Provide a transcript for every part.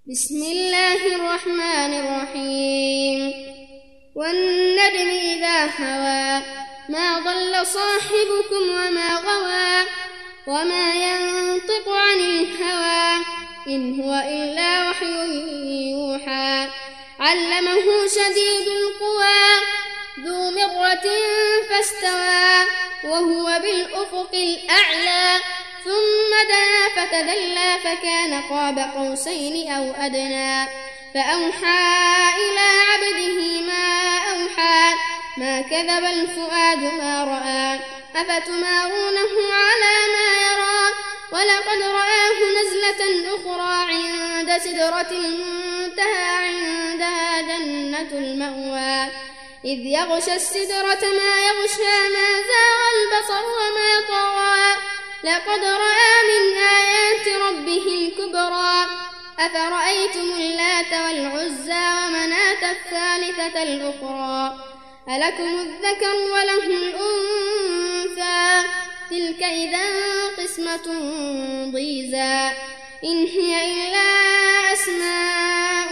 بسم الله الرحمن الرحيم والنجم إذا هوى ما ضل صاحبكم وما غوى وما ينطق عن الهوى إن هو إلا وحي يوحى علمه شديد القوى ذو مرة فاستوى وهو بالأفق الأعلى ثم دنا فتدلى فكان قاب قوسين أو أدنى فأوحى إلى عبده ما أوحى ما كذب الفؤاد ما رأى أفتمارونه على ما يرى ولقد رآه نزلة أخرى عند سدرة المنتهى عندها جنة المأوى إذ يغشى السدرة ما يغشى ما زاغ البصر وما طغى لقد رأى من آيات ربه الكبرى أفرأيتم اللات والعزى ومناة الثالثة الأخرى ألكم الذكر وله الأنثى تلك إذا قسمة ضيزى إن هي إلا أسماء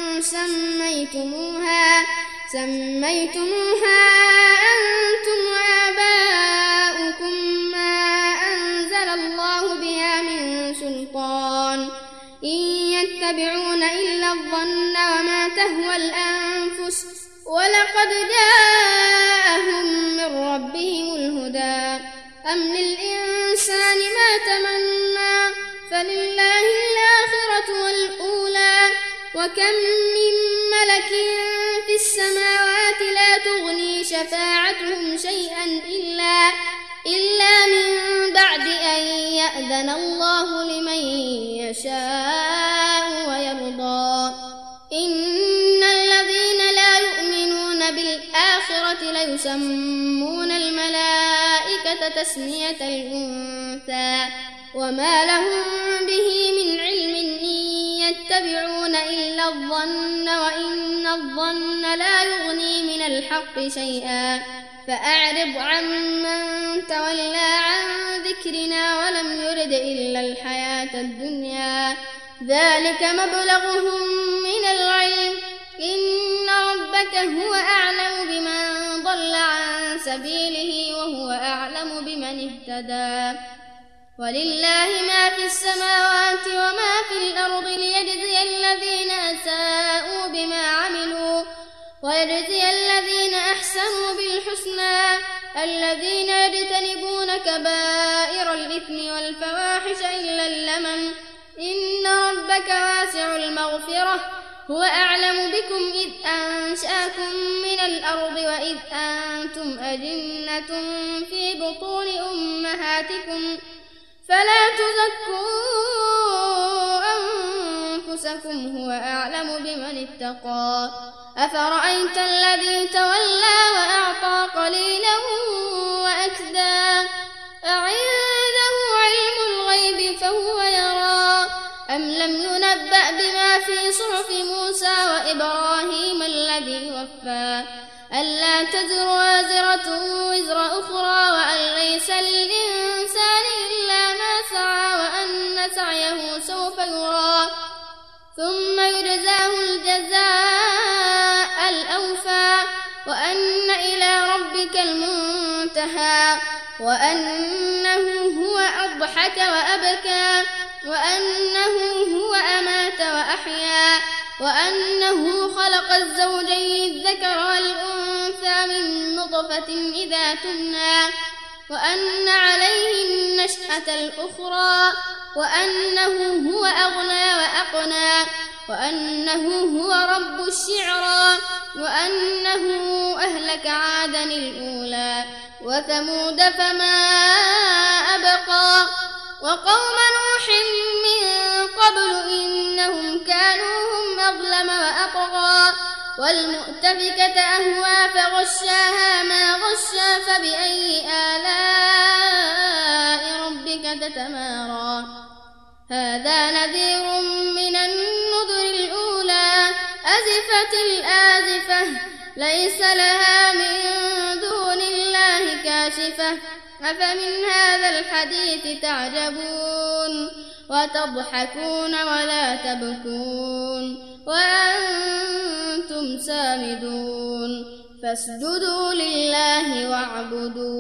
سميتموها أنتم وآباؤكم ما أنزل الله بها من سلطان إن يتبعون إلا الظن وما تهوى الأنفس ولقد جاءهم من ربهم الهدى أم للإنسان ما تمنى فلله الآخرة والأولى وكم من ملك في السماوات لا تغني شفاعتهم شيئا إلا من بعد أن يأذن الله لمن يشاء ويرضى إن الذين لا يؤمنون بالآخرة ليسمون الملائكة تسمية الأنثى وما لهم به من علم إن يتبعون إلا الظن وإن الظن لا يغني من الحق شيئا فأعرض عمن تولى عن ذكرنا ولم يرد إلا الحياة الدنيا ذلك مبلغهم من العلم إن ربك هو أعلم بمن ضل عن سبيله وهو أعلم بمن اهتدى ولله ما في السماوات وما في الأرض ليجزي الذين أساءوا بما عملوا ويجزي الذين أحسنوا بالحسنى الذين يجتنبون كبائر الإثم والفواحش إلا اللمم إن ربك واسع المغفرة هو أعلم بكم إذ أنشأكم من الأرض وإذ أنتم أجنة في بطون أمهاتكم فلا تزكوا أنفسكم هو أعلم بمن اتقى أفرأيت الذي تولى وأعطى قليلا وأكدى أعنده علم الغيب فهو يرى أم لم ينبأ بما في صحف موسى وإبراهيم الذي وفى ألا تزر وازرة وزر أخرى وأن ليس للإنسان إلا ما سعى وأن سعيه سوف يرى ثم يجزاه الجزاء الأوفى وأن إلى ربك المنتهى وأنه هو أضحك وأبكى وأنه هو أمات وأحيا وأنه خلق الزوجين الذكر والأنثى من نطفة إذا تمنى وأن عليه النشأة الأخرى وأنه هو أغنى وأقنى وأنه هو رب الشعرى وأنه أهلك عادا الأولى وثمود فما أبقى وقوم نوح من قبل إنهم كانوا هم أظلم وأطغى والمؤتفكة أهوى فغشاها ما غشى فبأي آلاء ربك تتمارى هذا نذير من النذر الأولى أزفت الآزفة ليس لها من دون الله كاشفة أفمن هذا الحديث تعجبون وتضحكون ولا تبكون وأنتم سامدون فاسجدوا لله واعبدوا